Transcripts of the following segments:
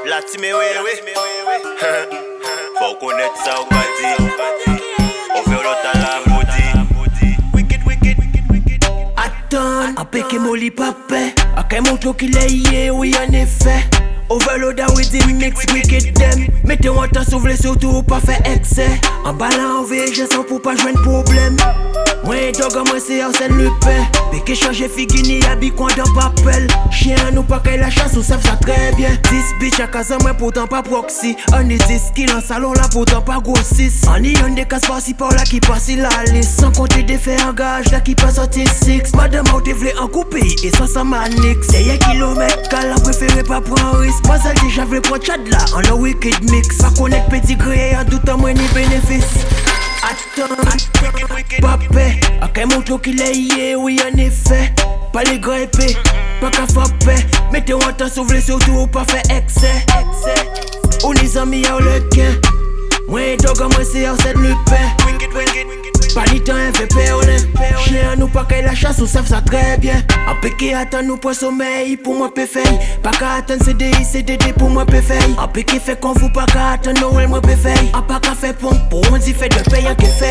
La team est oui. Faut connaître ça ou pas dit. On fait l'autre à la maudit. Wicked. Attends, apeke moli pape. Ake montre qu'il est yé, oui en effet. Overload with the mix wicked them. Mettez en temps sauve surtout pas faire excès. En ballant en VG sans pour pas jouer de problème. Moi dog moi c'est Arsène Lupin. Péké changer figini habit quoi dans papel. Chien nous pas qu'elle la chasse ou savent ça très bien. 10 bitch à casa moi pourtant pas proxy. On est 10 kills en salon là pourtant pas grossiste. On y on des casse par-ci par là qui passe la liste. Sans compter des faits en gage là qui passe en T6. Madame a voulu en couper et ça manix. C'est un kilomètre qu'elle a préféré pas prendre risque. Moi ça déjà voulu prendre chat là en le wicked mix. Pas connaître petit gré à tout en moins ni bénéfice. Attends, papé, à quel montre qu'il est yé, oui en effet. Pas les gars épais, pas qu'à frapper. Mettez en temps sauver surtout pas faire excès. On les amis à le gain. Moi dog moi c'est Arsène Lupin. Pas ni temps MVP on est. Chien nous pas qu'à la chasse ou savent ça très bien. En péké attend nous pour sommeil pour moi péfei. Pas qu'à attendre CDD pour moi péfei. En péké fait qu'on vous pas qu'à attendre Noël moi péfei. En pas qu'à faire pompe pour on dit fait de paye en kéfei.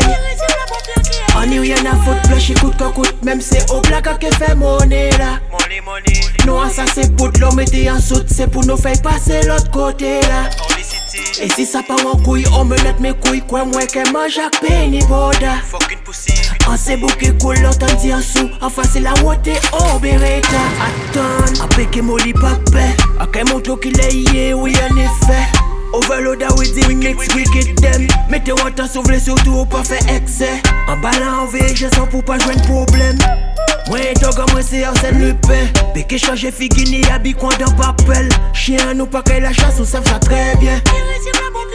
On y rien à foutre, blush écoute qu'on coûte. Même c'est au blague qui fait monnaie là. Money. Nous ça c'est pour l'homme mettez en soute. C'est pour nous faire passer l'autre côté là. Et si ça part en couille, on me note mes couilles. Quoi moi qu'elle mange à penny boda. Fucking pussy. On s'est bouqué cool, l'entend dit en sous. Enfin c'est la water au beretta. Attends, apeke moli pape. A quel montre qu'il est yé, oui en effet. Overload with the mix wicked them. Mettez en temps sauver surtout pas faire excès. En ballant en VG sans pour pas jouer de problème. Moi dog moi c'est Arsène Lupin. Péké changer figini habit quoi dans papel. Chien nous pas qu'à la chasse ou savent ça très bien.